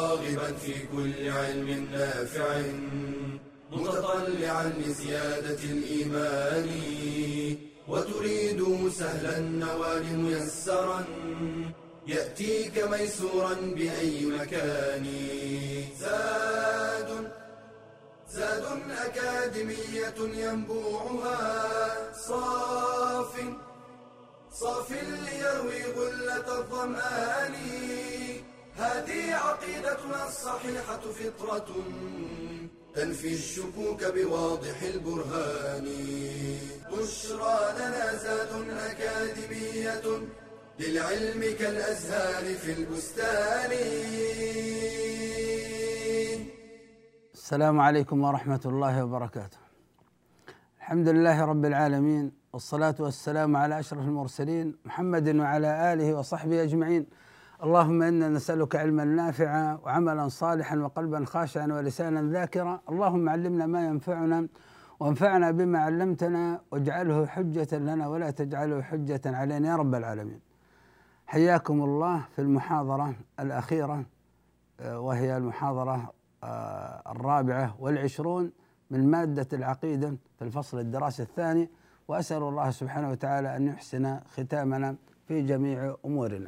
راغبا في كل علم نافع متطلعا لزيادة الإيمان وتريد سهلا النوال ميسرا يأتيك ميسورا بأي مكان. زاد أكاديمية ينبوعها صاف ليروي غلة الظمآن. هذه عقيدتنا الصحيحة فطرة تنفي الشكوك بواضح البرهان. بشرى لنا زاد أكاديمية للعلم كالأزهار في البستان. السلام عليكم ورحمة الله وبركاته. الحمد لله رب العالمين، والصلاة والسلام على أشرف المرسلين محمد وعلى آله وصحبه أجمعين. اللهم إنا نسألك علما نافعا وعملا صالحا وقلبا خاشعا ولسانا ذاكرا. اللهم علمنا ما ينفعنا وانفعنا بما علمتنا واجعله حجة لنا ولا تجعله حجة علينا يا رب العالمين. حياكم الله في المحاضرة الأخيرة، وهي المحاضرة 24 من مادة العقيدة في الفصل الدراسي الثاني، وأسأل الله سبحانه وتعالى أن يحسن ختامنا في جميع أمورنا.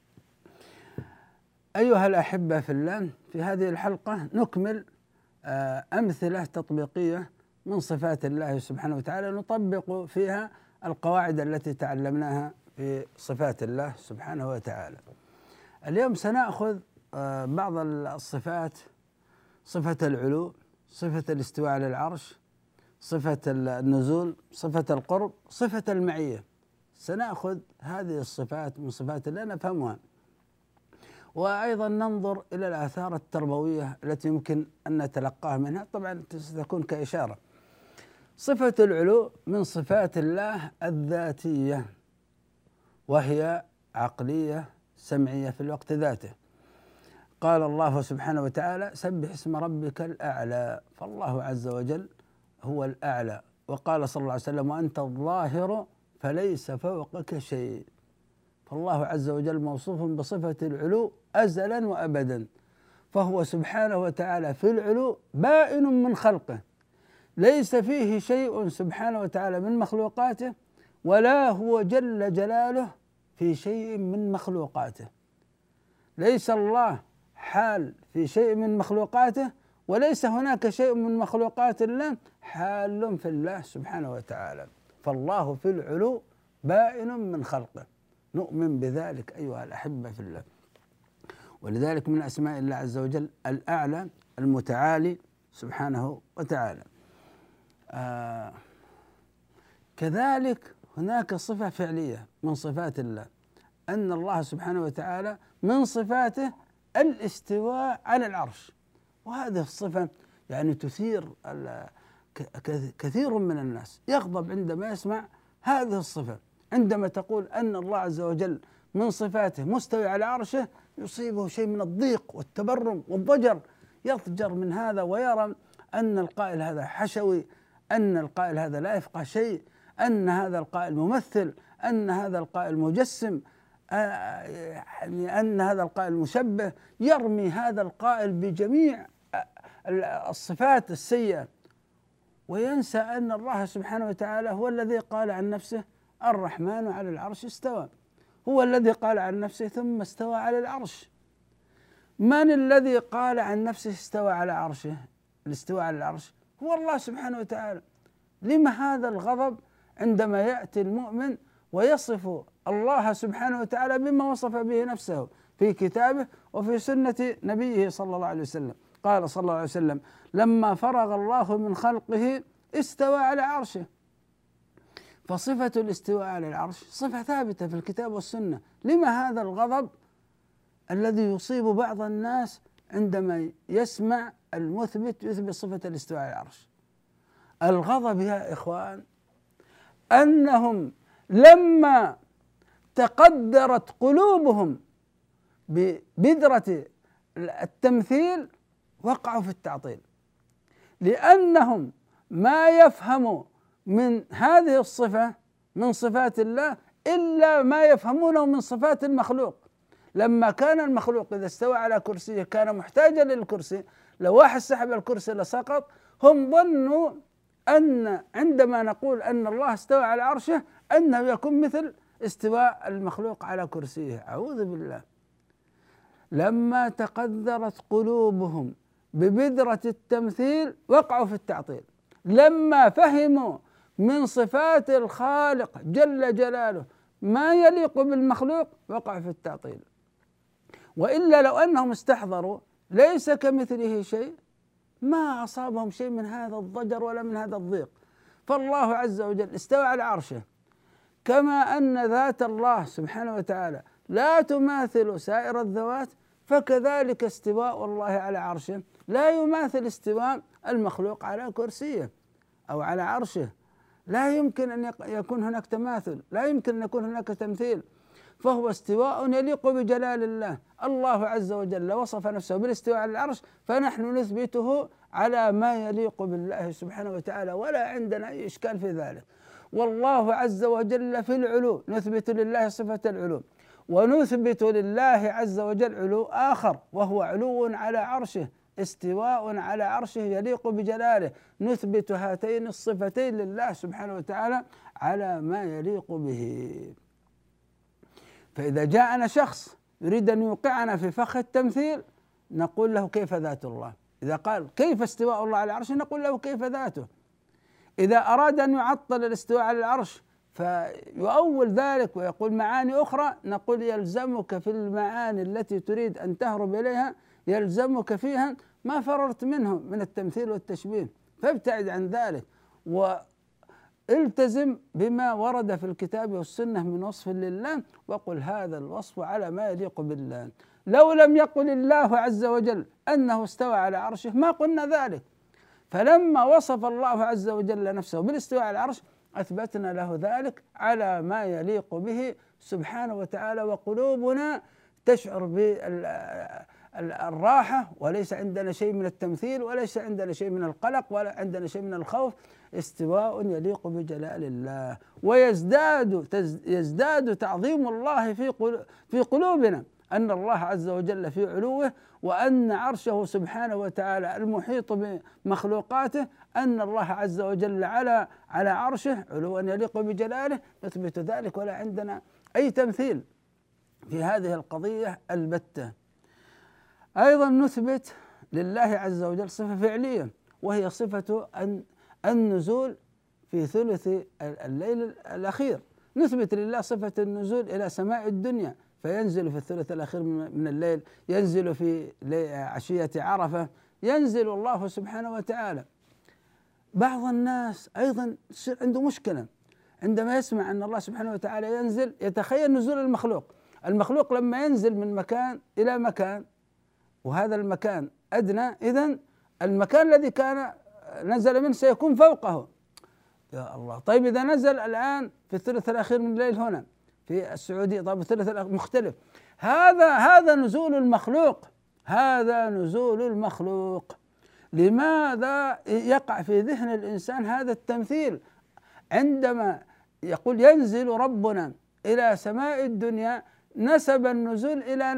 أيها الأحبة في الله، في هذه الحلقة نكمل أمثلة تطبيقية من صفات الله سبحانه وتعالى، نطبق فيها القواعد التي تعلمناها في صفات الله سبحانه وتعالى. اليوم سنأخذ بعض الصفات: صفة العلو، صفة الاستواء على العرش، صفة النزول، صفة القرب، صفة المعية. سنأخذ هذه الصفات من صفات الله نفهمها، وأيضا ننظر إلى الآثار التربوية التي يمكن أن نتلقاها منها، طبعا ستكون كإشارة. صفة العلو من صفات الله الذاتية، وهي عقلية سمعية في الوقت ذاته. قال الله سبحانه وتعالى: سبح اسم ربك الأعلى، فالله عز وجل هو الأعلى. وقال صلى الله عليه وسلم: وأنت الظاهر فليس فوقك شيء. فالله عز وجل موصوف بصفة العلو أزلا وأبدا، فهو سبحانه وتعالى في العلو بائن من خلقه، ليس فيه شيء سبحانه وتعالى من مخلوقاته، ولا هو جل جلاله في شيء من مخلوقاته. ليس الله حال في شيء من مخلوقاته، وليس هناك شيء من مخلوقات الله حال في الله سبحانه وتعالى. فالله في العلو بائن من خلقه، نؤمن بذلك أيها الأحبة في الله. ولذلك من أسماء الله عز وجل الأعلى المتعالي سبحانه وتعالى. كذلك هناك صفة فعلية من صفات الله، أن الله سبحانه وتعالى من صفاته الاستواء على العرش، وهذه الصفة يعني تثير كثير من الناس، يغضب عندما يسمع هذه الصفة. عندما تقول أن الله عز وجل من صفاته مستوي على عرشه، يصيبه شيء من الضيق والتبرم والضجر، يضجر من هذا ويرى أن القائل هذا حشوي، أن القائل هذا لا يفقه شيء، أن هذا القائل ممثل، أن هذا القائل مجسم، أن هذا القائل مشبه. يرمي هذا القائل بجميع الصفات السيئة، وينسى أن الله سبحانه وتعالى هو الذي قال عن نفسه: الرحمن على العرش استوى. هو الذي قال عن نفسه ثم استوى على العرش. من الذي قال عن نفسه استوى على عرشه؟ الاستواء على العرش هو الله سبحانه وتعالى. لما هذا الغضب عندما يأتي المؤمن ويصف الله سبحانه وتعالى بما وصف به نفسه في كتابه وفي سنة نبيه صلى الله عليه وسلم؟ قال صلى الله عليه وسلم: لما فرغ الله من خلقه استوى على عرشه. فصفة الاستواء على العرش صفة ثابتة في الكتاب والسنة. لما هذا الغضب الذي يصيب بعض الناس عندما يسمع المثبت يثبت صفة الاستواء على العرش؟ الغضب يا إخوان أنهم لما تقدرت قلوبهم ببذرة التمثيل وقعوا في التعطيل، لأنهم ما يفهموا من هذه الصفة من صفات الله إلا ما يفهمونه من صفات المخلوق. لما كان المخلوق إذا استوى على كرسيه كان محتاجا للكرسي، لو واحد سحب الكرسي لسقط. هم ظنوا أن عندما نقول أن الله استوى على عرشه أنه يكون مثل استواء المخلوق على كرسيه. أعوذ بالله. لما تقذرت قلوبهم ببذرة التمثيل وقعوا في التعطيل. لما فهموا من صفات الخالق جل جلاله ما يليق بالمخلوق وقعوا في التعطيل. وإلا لو أنهم استحضروا ليس كمثله شيء ما أصابهم شيء من هذا الضجر ولا من هذا الضيق. فالله عز وجل استوى على عرشه، كما أن ذات الله سبحانه وتعالى لا تماثل سائر الذوات، فكذلك استواء الله على عرشه لا يماثل استواء المخلوق على كرسيه أو على عرشه. لا يمكن أن يكون هناك تماثل، لا يمكن أن يكون هناك تمثيل، فهو استواء يليق بجلال الله. الله عز وجل وصف نفسه بالاستواء على العرش، فنحن نثبته على ما يليق بالله سبحانه وتعالى، ولا عندنا أي إشكال في ذلك. والله عز وجل في العلو نثبت لله صفة العلو، ونثبت لله عز وجل علو آخر وهو علو على عرشه، استواء على عرشه يليق بجلاله. نثبت هاتين الصفتين لله سبحانه وتعالى على ما يليق به. فإذا جاءنا شخص يريد أن يوقعنا في فخ التمثيل نقول له كيف ذات الله. إذا قال كيف استواء الله على العرش نقول له كيف ذاته. إذا أراد أن يعطل الاستواء على العرش فيؤول ذلك ويقول معاني أخرى نقول يلزمك في المعاني التي تريد أن تهرب إليها، يلزمك فيها ما فررت منه من التمثيل والتشبيه، فابتعد عن ذلك والتزم بما ورد في الكتاب والسنة من وصف لله، وقل هذا الوصف على ما يليق بالله. لو لم يقل الله عز وجل أنه استوى على عرشه ما قلنا ذلك. فلما وصف الله عز وجل نفسه بالاستواء على العرش أثبتنا له ذلك على ما يليق به سبحانه وتعالى، وقلوبنا تشعر بالراحة، وليس عندنا شيء من التمثيل، وليس عندنا شيء من القلق، ولا عندنا شيء من الخوف. استواء يليق بجلال الله، ويزداد تعظيم الله في قلوبنا أن الله عز وجل في علوه، وأن عرشه سبحانه وتعالى المحيط بمخلوقاته، أن الله عز وجل على عرشه علوا يليق بجلاله. نثبت ذلك ولا عندنا أي تمثيل في هذه القضية البتة. أيضا نثبت لله عز وجل صفة فعلية، وهي صفة النزول في ثلث الليل الأخير. نثبت لله صفة النزول إلى سماء الدنيا فينزل في الثلث الأخير من الليل، ينزل في عشية عرفة، ينزل الله سبحانه وتعالى. بعض الناس أيضا عنده مشكلة عندما يسمع أن الله سبحانه وتعالى ينزل يتخيل نزول المخلوق لما ينزل من مكان إلى مكان وهذا المكان أدنى، إذن المكان الذي كان نزل منه سيكون فوقه. يا الله، طيب إذا نزل الآن في الثلث الأخير من الليل هنا في السعودية، طيب الثلث الأخير مختلف، هذا نزول المخلوق، هذا نزول المخلوق. لماذا يقع في ذهن الإنسان هذا التمثيل؟ عندما يقول ينزل ربنا إلى سماء الدنيا نسب النزول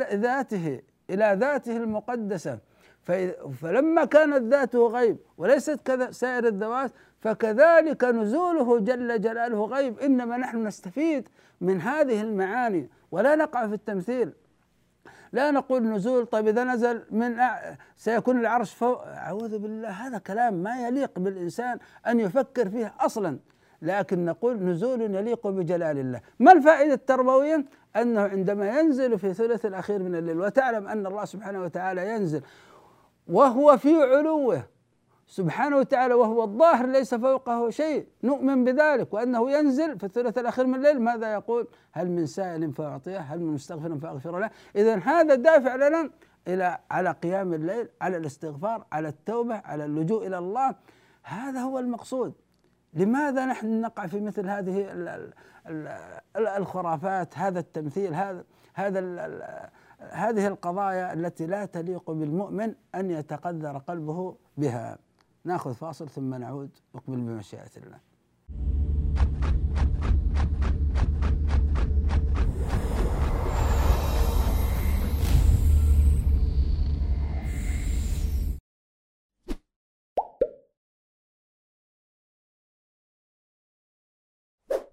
إلى ذاته المقدسة، فلما كانت ذاته غيب وليست كسائر الذوات فكذلك نزوله جل جلاله غيب. إنما نحن نستفيد من هذه المعاني ولا نقع في التمثيل. لا نقول نزول طيب إذا نزل سيكون العرش فوق، أعوذ بالله، هذا كلام ما يليق بالإنسان أن يفكر فيه أصلا. لكن نقول نزول يليق بجلال الله. ما الفائدة التربوية؟ أنه عندما ينزل في ثلث الأخير من الليل وتعلم أن الله سبحانه وتعالى ينزل وهو في علوه سبحانه وتعالى وهو الظاهر ليس فوقه شيء، نؤمن بذلك وأنه ينزل في الثلث الأخير من الليل. ماذا يقول؟ هل من سائل فأعطيه، هل من مستغفر فأغفر له. إذن هذا دافع لنا على قيام الليل، على الاستغفار، على التوبة، على اللجوء إلى الله. هذا هو المقصود. لماذا نحن نقع في مثل هذه الخرافات، هذا التمثيل، هذه القضايا التي لا تليق بالمؤمن أن يتقذر قلبه بها؟ نأخذ فاصل ثم نعود نكمل بمشيئة الله.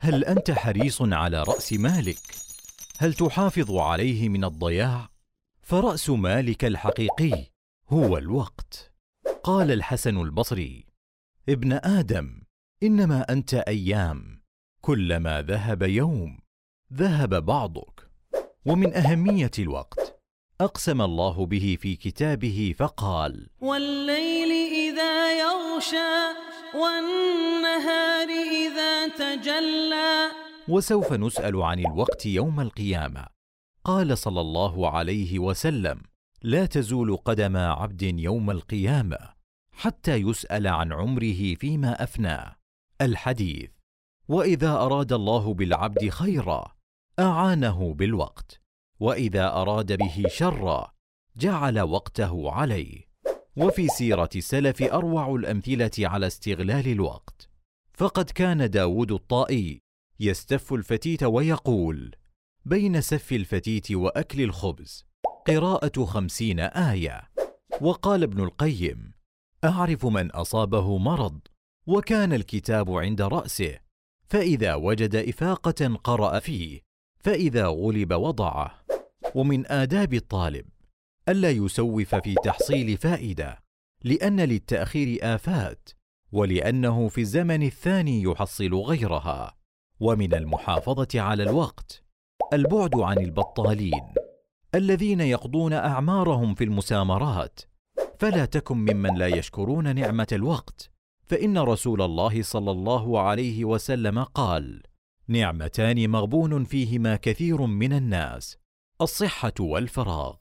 هل أنت حريص على رأس مالك؟ هل تحافظ عليه من الضياع؟ فرأس مالك الحقيقي هو الوقت. قال الحسن البصري: ابن آدم، إنما أنت أيام، كلما ذهب يوم ذهب بعضك. ومن أهمية الوقت أقسم الله به في كتابه فقال: والليل إذا يغشى والنهار إذا تجلى. وسوف نسأل عن الوقت يوم القيامة. قال صلى الله عليه وسلم: لا تزول قدم عبد يوم القيامة حتى يسأل عن عمره فيما أفناه. الحديث. وإذا أراد الله بالعبد خيرا أعانه بالوقت، وإذا أراد به شرا جعل وقته عليه. وفي سيرة السلف أروع الأمثلة على استغلال الوقت، فقد كان داود الطائي يستف الفتيت ويقول: بين سف الفتيت وأكل الخبز قراءة 50 آية. وقال ابن القيم: أعرف من أصابه مرض وكان الكتاب عند رأسه، فإذا وجد إفاقة قرأ فيه، فإذا غلب وضعه. ومن آداب الطالب ألا يسوف في تحصيل فائدة، لأن للتأخير آفات، ولأنه في الزمن الثاني يحصل غيرها. ومن المحافظة على الوقت البعد عن البطالين الذين يقضون أعمارهم في المسامرات. فلا تكن ممن لا يشكرون نعمة الوقت، فإن رسول الله صلى الله عليه وسلم قال: نعمتان مغبون فيهما كثير من الناس، الصحة والفراغ.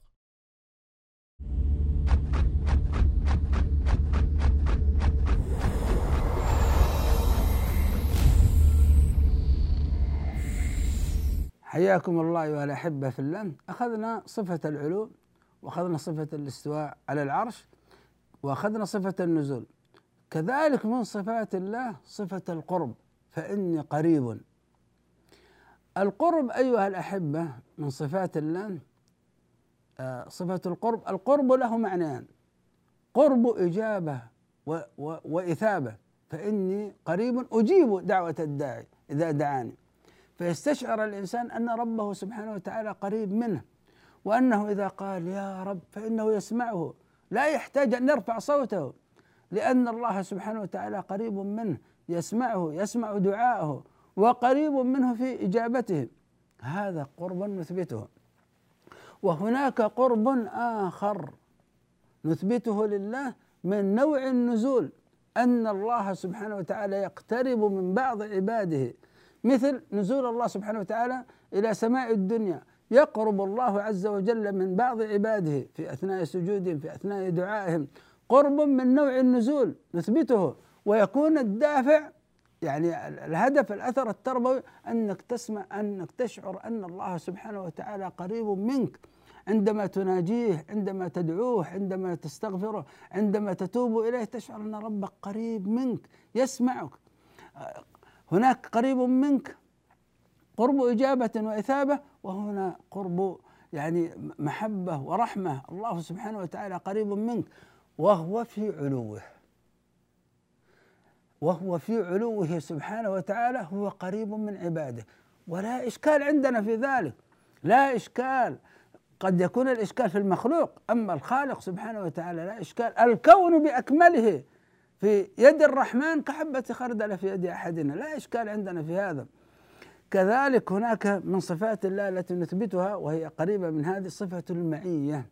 حياكم الله أيها الأحبة في الله. أخذنا صفة العلو، وأخذنا صفة الاستواء على العرش، وأخذنا صفة النزول. كذلك من صفات الله صفة القرب، فإني قريب. القرب أيها الأحبة من صفات الله. صفة القرب، القرب له معنيان: قرب إجابة وإثابة، فإني قريب أجيب دعوة الداعي إذا دعاني. فيستشعر الإنسان أن ربه سبحانه وتعالى قريب منه، وأنه إذا قال يا رب فإنه يسمعه، لا يحتاج أن يرفع صوته، لأن الله سبحانه وتعالى قريب منه، يسمعه، يسمع دعاءه، وقريب منه في إجابته. هذا قرب نثبته. وهناك قرب آخر نثبته لله من نوع النزول، أن الله سبحانه وتعالى يقترب من بعض عباده، مثل نزول الله سبحانه وتعالى إلى سماء الدنيا. يقرب الله عز وجل من بعض عباده في أثناء سجودهم، في أثناء دعائهم، قرب من نوع النزول نثبته. ويكون الدافع، يعني الهدف، الأثر التربوي، أنك تسمع، أنك تشعر أن الله سبحانه وتعالى قريب منك عندما تناجيه، عندما تدعوه، عندما تستغفره، عندما تتوب إليه، تشعر أن ربك قريب منك يسمعك. هناك قريب منك قرب إجابة وإثابة، وهنا قرب يعني محبة ورحمة. الله سبحانه وتعالى قريب منك وهو في علوه، وهو في علوه سبحانه وتعالى، هو قريب من عباده، ولا إشكال عندنا في ذلك، لا إشكال. قد يكون الإشكال في المخلوق، أما الخالق سبحانه وتعالى لا إشكال. الكون بأكمله في يد الرحمن كحبة خردل في يد أحدنا، لا إشكال عندنا في هذا. كذلك هناك من صفات الله التي نثبتها وهي قريبة من هذه صفة المعية.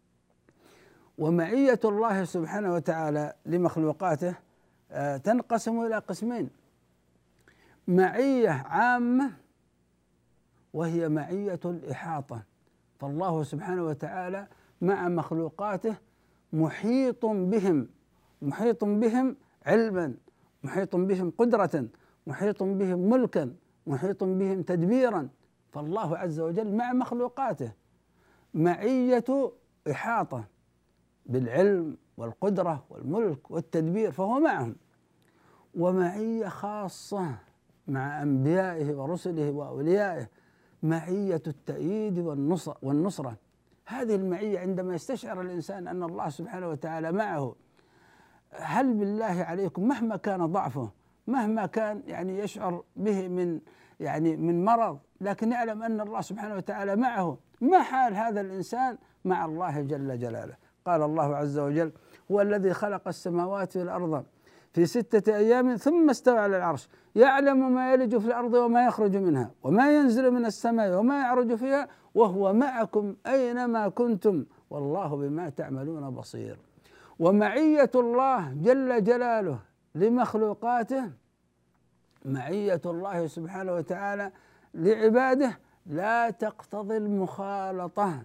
ومعية الله سبحانه وتعالى لمخلوقاته تنقسم إلى قسمين: معية عامة وهي معية الإحاطة، فالله سبحانه وتعالى مع مخلوقاته محيط بهم، محيط بهم علما، محيط بهم قدرة، محيط بهم ملكا، محيط بهم تدبيرا. فالله عز وجل مع مخلوقاته معية إحاطة بالعلم والقدرة والملك والتدبير، فهو معهم. ومعية خاصة مع أنبيائه ورسله وأوليائه، معية التأييد والنصرة. هذه المعية عندما يستشعر الإنسان أن الله سبحانه وتعالى معه، هل بالله عليكم مهما كان ضعفه، مهما كان يعني يشعر به من يعني من مرض، لكن يعلم أن الله سبحانه وتعالى معه. ما حال هذا الإنسان مع الله جل جلاله؟ قال الله عز وجل: هو الذي خلق السماوات والأرض في 6 أيام ثم استوى على العرش يعلم ما يلج في الأرض وما يخرج منها وما ينزل من السماء وما يعرج فيها وهو معكم أينما كنتم والله بما تعملون بصير. ومعية الله جل جلاله لمخلوقاته، معية الله سبحانه وتعالى لعباده لا تقتضي المخالطة،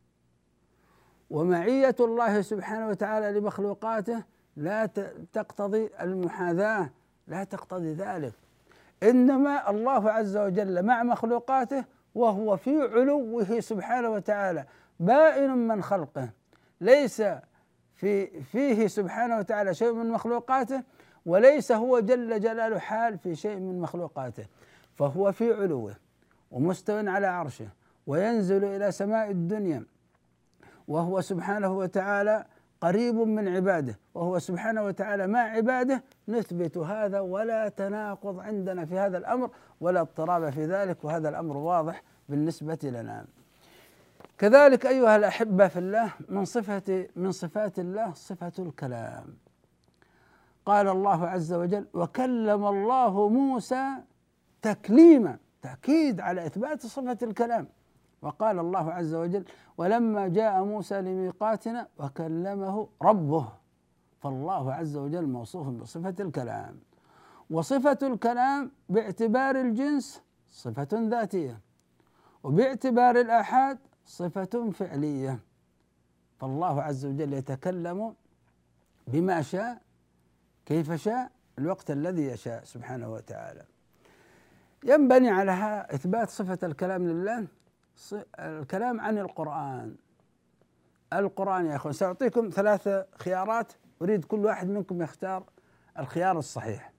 ومعية الله سبحانه وتعالى لمخلوقاته لا تقتضي المحاذاة، لا تقتضي ذلك. إنما الله عز وجل مع مخلوقاته وهو في علوه سبحانه وتعالى بائن من خلقه، ليس فيه سبحانه وتعالى شيء من مخلوقاته، وليس هو جل جلاله حال في شيء من مخلوقاته، فهو في علوه ومستو على عرشه وينزل إلى سماء الدنيا، وهو سبحانه وتعالى قريب من عباده، وهو سبحانه وتعالى مع عباده. نثبت هذا ولا تناقض عندنا في هذا الأمر ولا اضطراب في ذلك، وهذا الأمر واضح بالنسبة لنا. كذلك أيها الأحبة في الله، من صفات الله صفة الكلام. قال الله عز وجل: وكلم الله موسى تكليما، تأكيد على إثبات صفة الكلام. وقال الله عز وجل: ولما جاء موسى لميقاتنا وكلمه ربه. فالله عز وجل موصوف بصفة الكلام، وصفة الكلام باعتبار الجنس صفة ذاتية، وباعتبار الآحاد صفة فعلية. فالله عز وجل يتكلم بما شاء كيف شاء الوقت الذي يشاء سبحانه وتعالى. ينبني على إثبات صفة الكلام لله الكلام عن القرآن. القرآن يا أخوان، سأعطيكم 3 خيارات، أريد كل واحد منكم يختار الخيار الصحيح.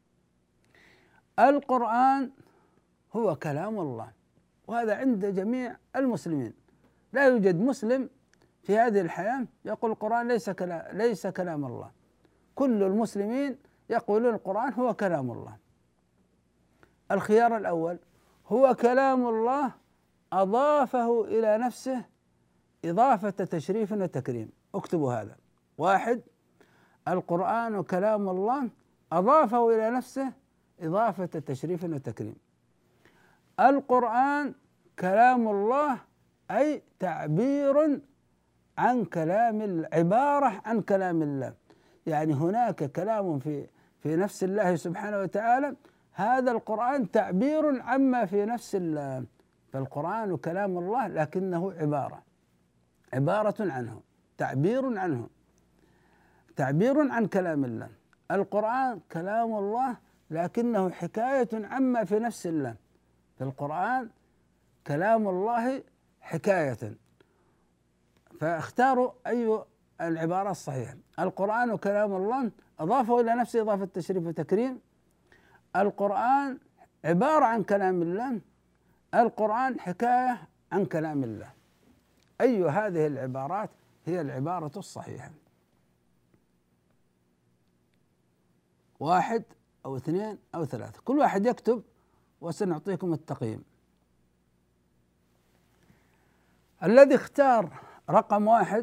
القرآن هو كلام الله، وهذا عند جميع المسلمين، لا يوجد مسلم في هذه الحياة يقول القرآن ليس كلام الله. كل المسلمين يقولون القرآن هو كلام الله. الخيار الأول هو كلام الله أضافه إلى نفسه إضافة تشريف وتكريم. اكتبوا هذا. 1، القرآن كلام الله أضافه إلى نفسه إضافة تشريف وتكريم. القرآن كلام الله أي تعبير عن كلام، عبارة عن كلام الله، يعني هناك كلام في نفس الله سبحانه وتعالى، هذا القرآن تعبير عما في نفس الله. فالقرآن كلام الله لكنه عبارة عنه، تعبير عن كلام الله. القرآن كلام الله لكنه حكاية عما في نفس الله. فالقرآن كلام الله حكاية. فاختاروا أي العبارة الصحيحة. القرآن كلام الله أضافه إلى نفسه إضافة تشريف وتكريم. القرآن عبارة عن كلام الله. القرآن حكاية عن كلام الله. أي هذه العبارات هي العبارة الصحيحة؟ 1 أو 2 أو 3، كل واحد يكتب وسنعطيكم التقييم. الذي اختار رقم 1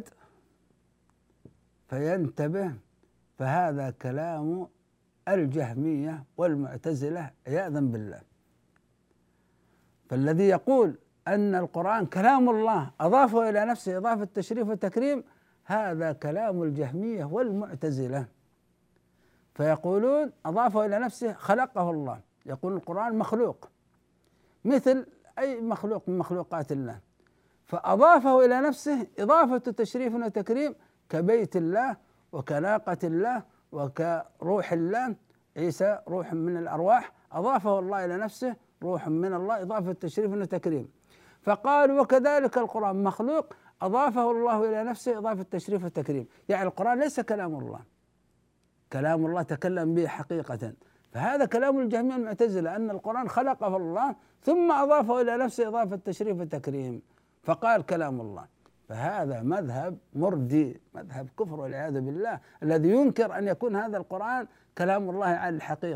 فينتبه، فهذا كلام الجهمية والمعتزلة عياذا بالله. فالذي يقول أن القرآن كلام الله أضافه إلى نفسه إضافة تشريف وتكريم، هذا كلام الجهمية والمعتزلة. فيقولون أضافه إلى نفسه خلقه الله، يقول القرآن مخلوق مثل أي مخلوق من مخلوقات الله، فأضافه إلى نفسه إضافة تشريف وتكريم كبيت الله وكناقة الله وكروح الله. عيسى روح من الأرواح، أضافه الله إلى نفسه روح من الله إضافة تشريف وتكريم. فقالوا وكذلك القرآن مخلوق أضافه الله إلى نفسه إضافة تشريف وتكريم، يعني القرآن ليس كلام الله، كلام الله تكلم به حقيقة. فهذا كلام الجهمية المعتزلة، أن القرآن خلقه الله ثم أضافه إلى نفسه إضافة تشريف وتكريم فقال كلام الله. فهذا مذهب مردي، مذهب كفر والعياذ بالله، الذي ينكر أن يكون هذا القرآن كلام الله على الحقيقة.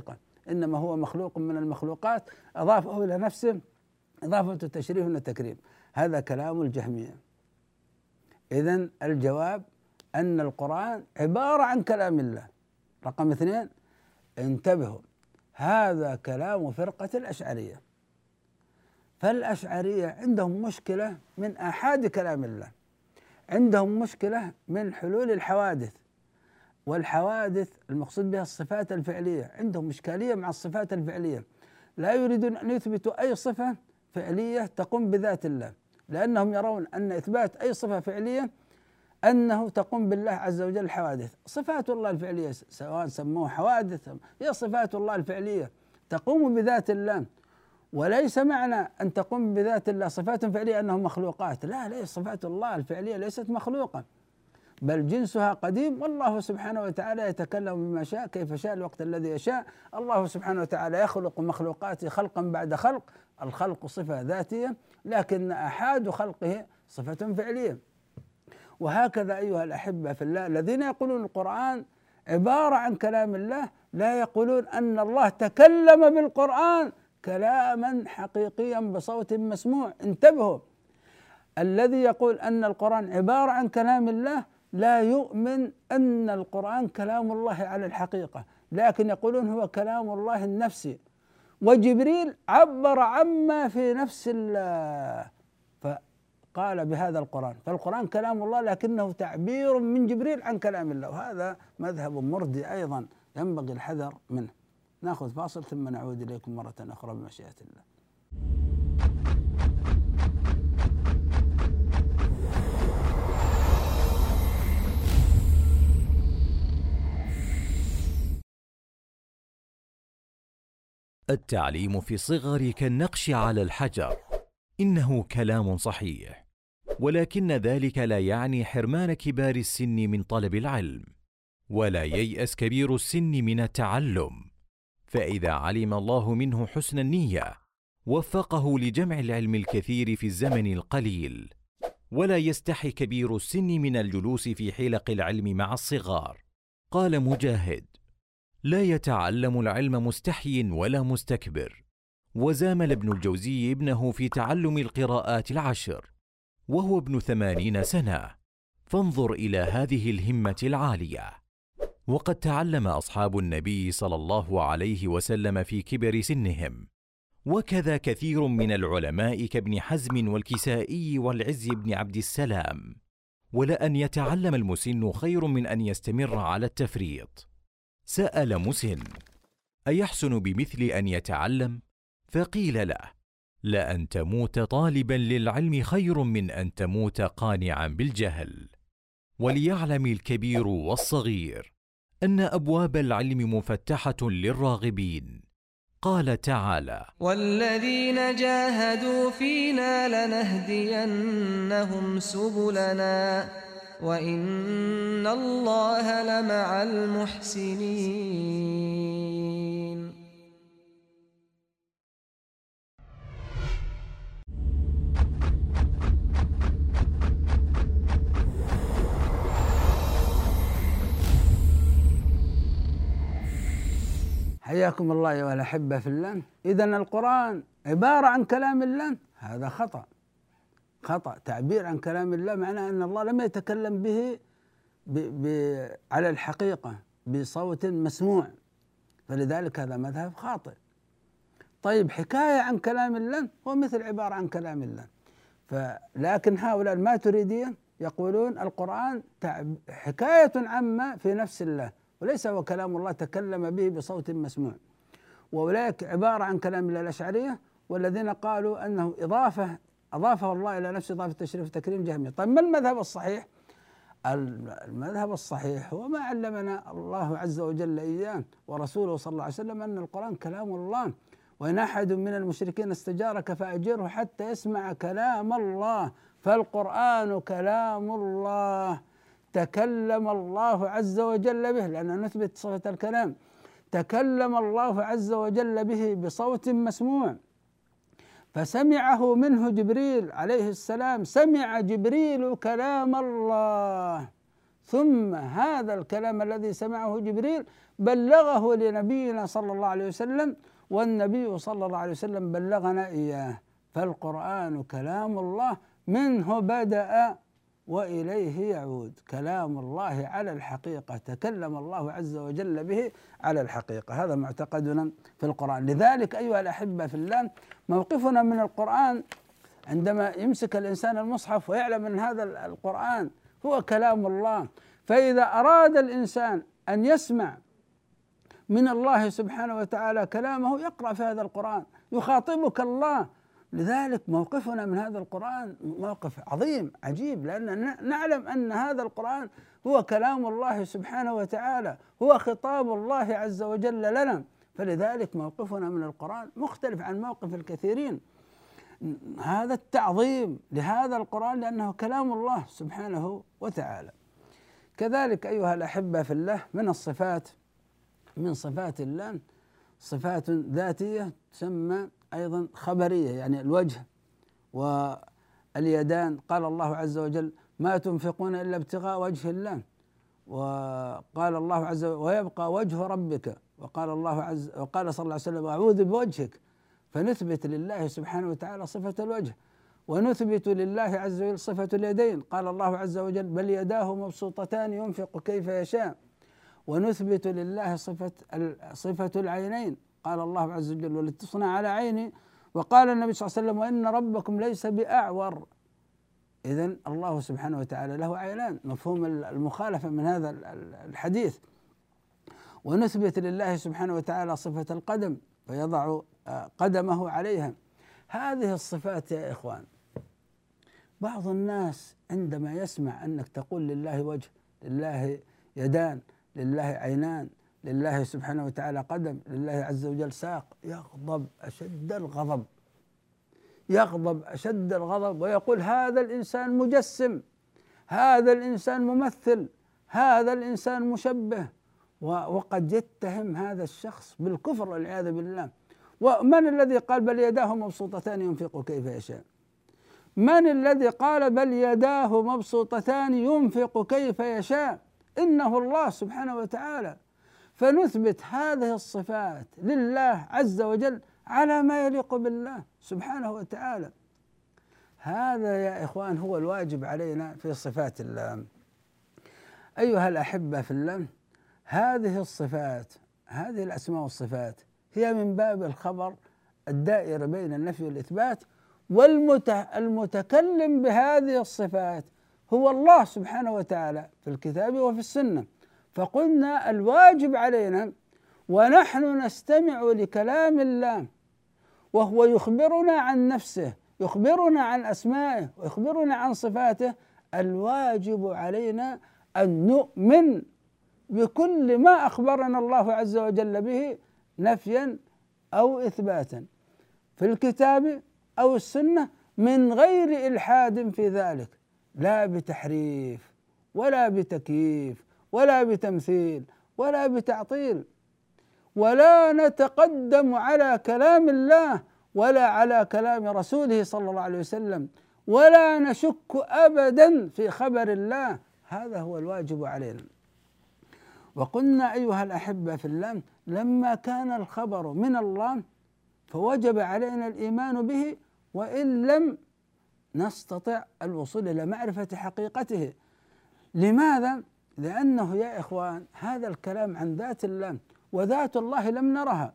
إنما هو مخلوق من المخلوقات أضافه إلى نفسه إضافة تشريف وتكريم. هذا كلام الجهمية. إذن الجواب أن القرآن عبارة عن كلام الله. رقم 2، انتبهوا، هذا كلام فرقة الأشعرية. فالأشعرية عندهم مشكلة من آحاد كلام الله، عندهم مشكلة من حلول الحوادث، والحوادث المقصود بها الصفات الفعلية، عندهم إشكالية مع الصفات الفعلية، لا يريدون أن يثبتوا أي صفة فعلية تقوم بذات الله، لأنهم يرون أن إثبات أي صفة فعلية أنه تقوم بالله عز وجل الحوادث. صفات الله الفعلية سواء سموها حوادث هي صفات الله الفعلية تقوم بذات الله، وليس معنى أن تقوم بذات الله صفات فعلية أنهم مخلوقات، لا، صفات الله الفعلية ليست مخلوقة، بل جنسها قديم، والله سبحانه وتعالى يتكلم بما شاء كيف شاء الوقت الذي يشاء. الله سبحانه وتعالى يخلق مخلوقاته خلقا بعد خلق، الخلق صفة ذاتية لكن آحاد خلقه صفة فعلية. وهكذا أيها الأحبة في الله الذين يقولون القرآن عبارة عن كلام الله لا يقولون أن الله تكلم بالقرآن كلاما حقيقيا بصوت مسموع. انتبهوا، الذي يقول أن القرآن عبارة عن كلام الله لا يؤمن أن القرآن كلام الله على الحقيقة، لكن يقولون هو كلام الله النفسي، وجبريل عبر عما في نفس الله فقال بهذا القرآن، فالقرآن كلام الله لكنه تعبير من جبريل عن كلام الله، وهذا مذهب مردي أيضا ينبغي الحذر منه. نأخذ فاصل ثم نعود إليكم مرة أخرى بمشيئة الله. التعليم في الصغر كالنقش على الحجر، إنه كلام صحيح، ولكن ذلك لا يعني حرمان كبار السن من طلب العلم، ولا ييأس كبير السن من التعلم، فإذا علم الله منه حسن النية وفقه لجمع العلم الكثير في الزمن القليل. ولا يستحي كبير السن من الجلوس في حلق العلم مع الصغار. قال مجاهد: لا يتعلم العلم مستحي ولا مستكبر. وزامل ابن الجوزي ابنه في تعلم القراءات 10 وهو ابن 80 سنة، فانظر إلى هذه الهمة العالية. وقد تعلم أصحاب النبي صلى الله عليه وسلم في كبر سنهم، وكذا كثير من العلماء كابن حزم والكسائي والعز بن عبد السلام. ولأن يتعلم المسن خير من أن يستمر على التفريط. سأل مسن: أيحسن بمثل أن يتعلم؟ فقيل له: لأن تموت طالبا للعلم خير من أن تموت قانعا بالجهل. وليعلم الكبير والصغير أن أبواب العلم مفتحة للراغبين. قال تعالى: والذين جاهدوا فينا لنهدينهم سبلنا وإن الله لمع المحسنين. حياكم الله أيها الأحبة في الله. إذن القرآن عبارة عن كلام الله، هذا خطأ. تعبير عن كلام الله معناه أن الله لم يتكلم به على الحقيقة بصوت مسموع، فلذلك هذا مذهب خاطئ. طيب، حكاية عن كلام الله هو مثل عبارة عن كلام الله، لكن هؤلاء الماتريدية يقولون القرآن حكاية عما في نفس الله وليس هو كلام الله تكلم به بصوت مسموع. وأولئك عبارة عن كلام الله الأشعرية، والذين قالوا أنه أضافه الله إلى نفسه إضافة تشريف وتكريم جهمية. طيب، ما المذهب الصحيح؟ المذهب الصحيح هو ما علمنا الله عز وجل إياه ورسوله صلى الله عليه وسلم، أن القرآن كلام الله، وإن أحد من المشركين استجارك فأجره حتى يسمع كلام الله، فالقرآن كلام الله تكلم الله عز وجل به، لأننا نثبت صفة الكلام، تكلم الله عز وجل به بصوت مسموع، فسمعه منه جبريل عليه السلام، سمع جبريل كلام الله ثم هذا الكلام الذي سمعه جبريل بلغه لنبينا صلى الله عليه وسلم، والنبي صلى الله عليه وسلم بلغنا إياه. فالقرآن كلام الله، منه بدأ وإليه يعود، كلام الله على الحقيقة، تكلم الله عز وجل به على الحقيقة. هذا معتقدنا في القرآن. لذلك أيها الأحبة في الله، موقفنا من القرآن عندما يمسك الإنسان المصحف ويعلم أن هذا القرآن هو كلام الله، فإذا أراد الإنسان أن يسمع من الله سبحانه وتعالى كلامه يقرأ في هذا القرآن، يخاطبك الله. لذلك موقفنا من هذا القرآن موقف عظيم عجيب، لأننا نعلم أن هذا القرآن هو كلام الله سبحانه وتعالى، هو خطاب الله عز وجل لنا. فلذلك موقفنا من القرآن مختلف عن موقف الكثيرين. هذا التعظيم لهذا القرآن لأنه كلام الله سبحانه وتعالى. كذلك أيها الأحبة في الله، من الصفات، من صفات الله صفات ذاتية تسمى أيضا خبرية، يعني الوجه واليدان. قال الله عز وجل: ما تنفقون إلا ابتغاء وجه الله. وقال الله عز وجل: ويبقى وجه ربك. وقال صلى الله عليه وسلم: أعوذ بوجهك. فنثبت لله سبحانه وتعالى صفة الوجه، ونثبت لله عز وجل صفة اليدين. قال الله عز وجل: بل يداه مبسوطتان ينفق كيف يشاء. ونثبت لله صفة العينين. قال الله عز وجل: ولتصنع على عيني. وقال النبي صلى الله عليه وسلم: وإن ربكم ليس بأعور. إذن الله سبحانه وتعالى له عينان، مفهوم المخالفة من هذا الحديث. ونثبت لله سبحانه وتعالى صفة القدم، فيضع قدمه عليها. هذه الصفات يا إخوان، بعض الناس عندما يسمع أنك تقول لله وجه، لله يدان، لله عينان، لله سبحانه وتعالى قدم، لله عز وجل ساق، يغضب أشد الغضب، يغضب أشد الغضب، ويقول: هذا الإنسان مجسم، هذا الإنسان ممثل، هذا الإنسان مشبه. وقد يتهم هذا الشخص بالكفر والعياذ بالله. ومن الذي قال: بل يداه مبسوطتان ينفق كيف يشاء؟ من الذي قال: بل يداه مبسوطتان ينفق كيف يشاء؟ إنه الله سبحانه وتعالى. فنثبت هذه الصفات لله عز وجل على ما يليق بالله سبحانه وتعالى. هذا يا إخوان هو الواجب علينا في صفات الله. أيها الأحبة في الله، هذه الصفات، هذه الأسماء والصفات هي من باب الخبر الدائر بين النفي والإثبات، والمتكلم بهذه الصفات هو الله سبحانه وتعالى في الكتاب وفي السنة. فقلنا الواجب علينا ونحن نستمع لكلام الله وهو يخبرنا عن نفسه، يخبرنا عن أسمائه، ويخبرنا عن صفاته، الواجب علينا أن نؤمن بكل ما أخبرنا الله عز وجل به نفيا أو إثباتا في الكتاب أو السنة، من غير إلحاد في ذلك، لا بتحريف ولا بتكييف ولا بتمثيل ولا بتعطيل. ولا نتقدم على كلام الله ولا على كلام رسوله صلى الله عليه وسلم، ولا نشك أبدا في خبر الله. هذا هو الواجب علينا. وقلنا أيها الأحبة في الله، لما كان الخبر من الله فوجب علينا الإيمان به، وإن لم نستطع الوصول إلى معرفة حقيقته. لماذا؟ لأنه يا إخوان هذا الكلام عن ذات الله، وذات الله لم نرها،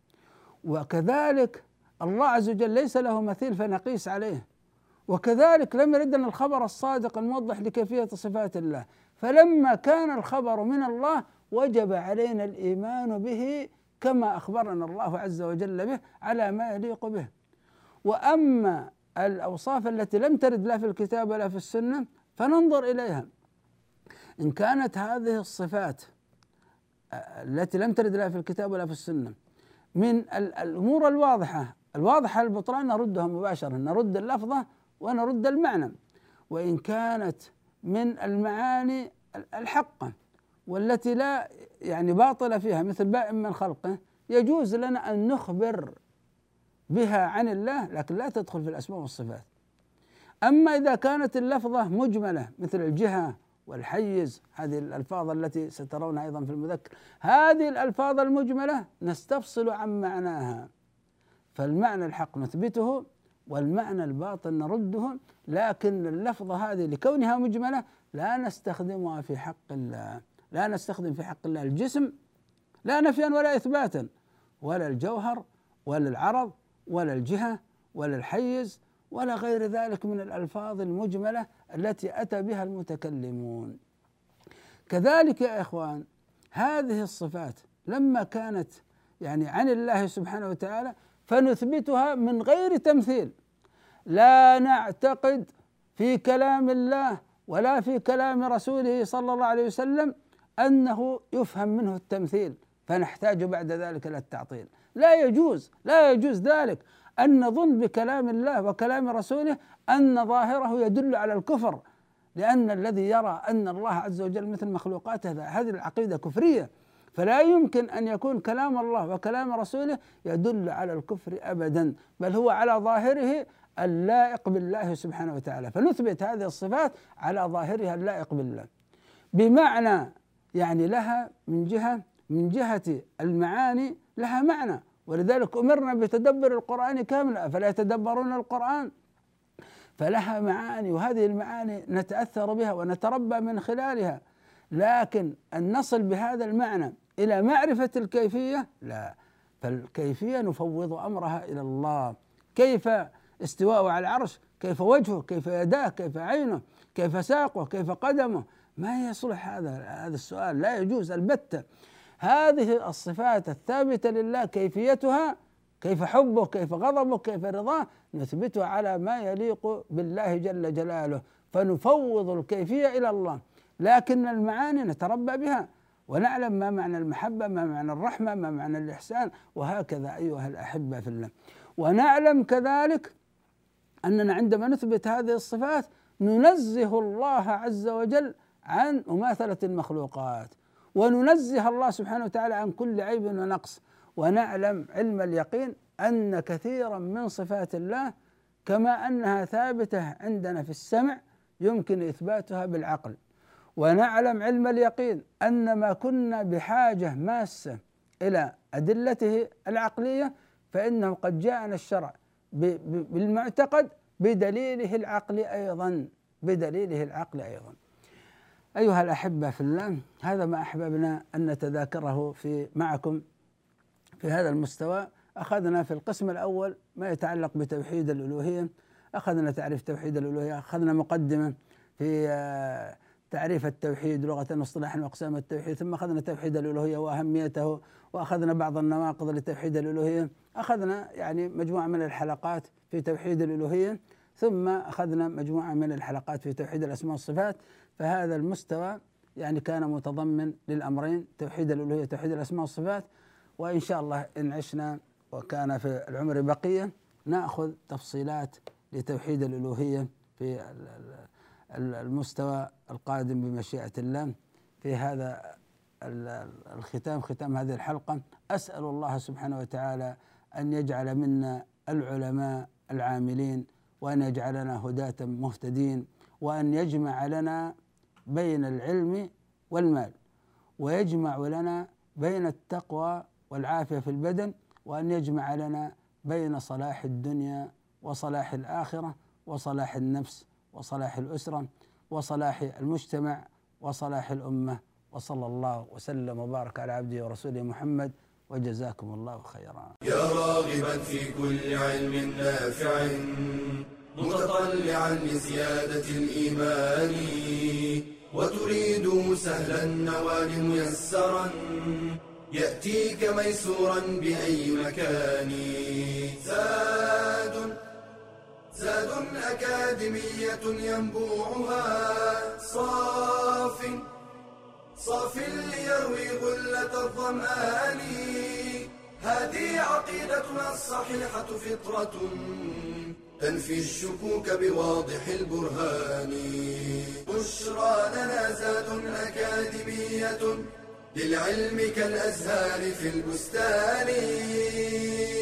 وكذلك الله عز وجل ليس له مثيل فنقيس عليه، وكذلك لم يردنا الخبر الصادق الموضح لكيفية صفات الله. فلما كان الخبر من الله وجب علينا الإيمان به كما أخبرنا الله عز وجل به على ما يليق به. وأما الأوصاف التي لم ترد لا في الكتاب ولا في السنة فننظر إليها. إن كانت هذه الصفات التي لم ترد لا في الكتاب ولا في السنة من الأمور الواضحة البطلان نردها مباشرة، نرد اللفظة ونرد المعنى. وإن كانت من المعاني الحقة والتي لا يعني باطل فيها مثل بائن من خلقه، يجوز لنا أن نخبر بها عن الله، لكن لا تدخل في الأسماء والصفات. أما إذا كانت اللفظة مجملة مثل الجهة والحيز، هذه الألفاظ التي سترونها أيضا في المذكر، هذه الألفاظ المجملة نستفصل عن معناها، فالمعنى الحق نثبته والمعنى الباطل نرده، لكن اللفظة هذه لكونها مجملة لا نستخدمها في حق الله، لا نستخدم في حق الله الجسم لا نفيا ولا إثباتا، ولا الجوهر ولا العرض ولا الجهة ولا الحيز ولا غير ذلك من الألفاظ المجملة التي أتى بها المتكلمون. كذلك يا إخوان هذه الصفات لما كانت يعني عن الله سبحانه وتعالى فنثبتها من غير تمثيل، لا نعتقد في كلام الله ولا في كلام رسوله صلى الله عليه وسلم أنه يفهم منه التمثيل فنحتاج بعد ذلك إلى التعطيل، لا يجوز ذلك أن نظن بكلام الله وكلام رسوله أن ظاهره يدل على الكفر، لأن الذي يرى أن الله عز وجل مثل مخلوقاته هذه العقيدة كفرية، فلا يمكن أن يكون كلام الله وكلام رسوله يدل على الكفر أبدا، بل هو على ظاهره اللائق بالله سبحانه وتعالى، فنثبت هذه الصفات على ظاهرها اللائق بالله، بمعنى يعني لها من جهة المعاني لها معنى، ولذلك أمرنا بتدبر القرآن كاملا، أفلا يتدبرون القرآن، فلها معاني وهذه المعاني نتأثر بها ونتربى من خلالها، لكن أن نصل بهذا المعنى إلى معرفة الكيفية لا، فالكيفية نفوض أمرها إلى الله، كيف استواءه على العرش، كيف وجهه، كيف يداه، كيف عينه، كيف ساقه، كيف قدمه، ما يصلح هذا السؤال، لا يجوز البتة. هذه الصفات الثابتة لله كيفيتها، كيف حبه، كيف غضبه، كيف رضاه، نثبتها على ما يليق بالله جل جلاله، فنفوض الكيفية إلى الله، لكن المعاني نتربى بها ونعلم ما معنى المحبة، ما معنى الرحمة، ما معنى الإحسان، وهكذا أيها الأحبة في الله. ونعلم كذلك أننا عندما نثبت هذه الصفات ننزه الله عز وجل عن مماثلة المخلوقات، وننزه الله سبحانه وتعالى عن كل عيب ونقص، ونعلم علم اليقين أن كثيرا من صفات الله كما أنها ثابتة عندنا في السمع يمكن إثباتها بالعقل، ونعلم علم اليقين أن ما كنا بحاجة ماسة إلى أدلته العقلية فإنه قد جاءنا الشرع بالمعتقد بدليله العقلي أيضا. أيها الأحبة في الله، هذا ما أحببنا أن نتذاكره معكم في هذا المستوى. أخذنا في القسم الأول ما يتعلق بتوحيد الألوهية، أخذنا تعريف توحيد الألوهية، أخذنا مقدمة في تعريف التوحيد لغة واصطلاحا وأقسام التوحيد، ثم أخذنا توحيد الألوهية وأهميته، وأخذنا بعض النواقض لتوحيد الألوهية، أخذنا يعني مجموعة من الحلقات في توحيد الألوهية، ثم أخذنا مجموعة من الحلقات في توحيد الأسماء والصفات. فهذا المستوى يعني كان متضمن للأمرين، توحيد الألوهية وتوحيد الأسماء والصفات، وإن شاء الله إن عشنا وكان في العمر بقية نأخذ تفصيلات لتوحيد الألوهية في المستوى القادم بمشيئة الله. في هذا ختام هذه الحلقة أسأل الله سبحانه وتعالى أن يجعل منا العلماء العاملين، وأن يجعلنا هداة مهتدين، وأن يجمع لنا بين العلم والمال، ويجمع لنا بين التقوى والعافية في البدن، وأن يجمع لنا بين صلاح الدنيا وصلاح الآخرة وصلاح النفس وصلاح الأسرة وصلاح المجتمع وصلاح الأمة. وصلى الله وسلم وبارك على عبده ورسوله محمد، وجزاكم الله خيرا. يا راغبا في كل علم نافع متطلعا لزيادة الإيمان، وتريد سهلا النوال ميسرا يأتيك ميسورا بأي مكان. زاد أكاديمية ينبوعها صاف ليروي غلة الظمآن. هذه عقيدتنا الصحيحة فطرة تنفي الشكوك بواضح البرهان. بشرى لنا زاد أكاديمية للعلم كالأزهار في البستان.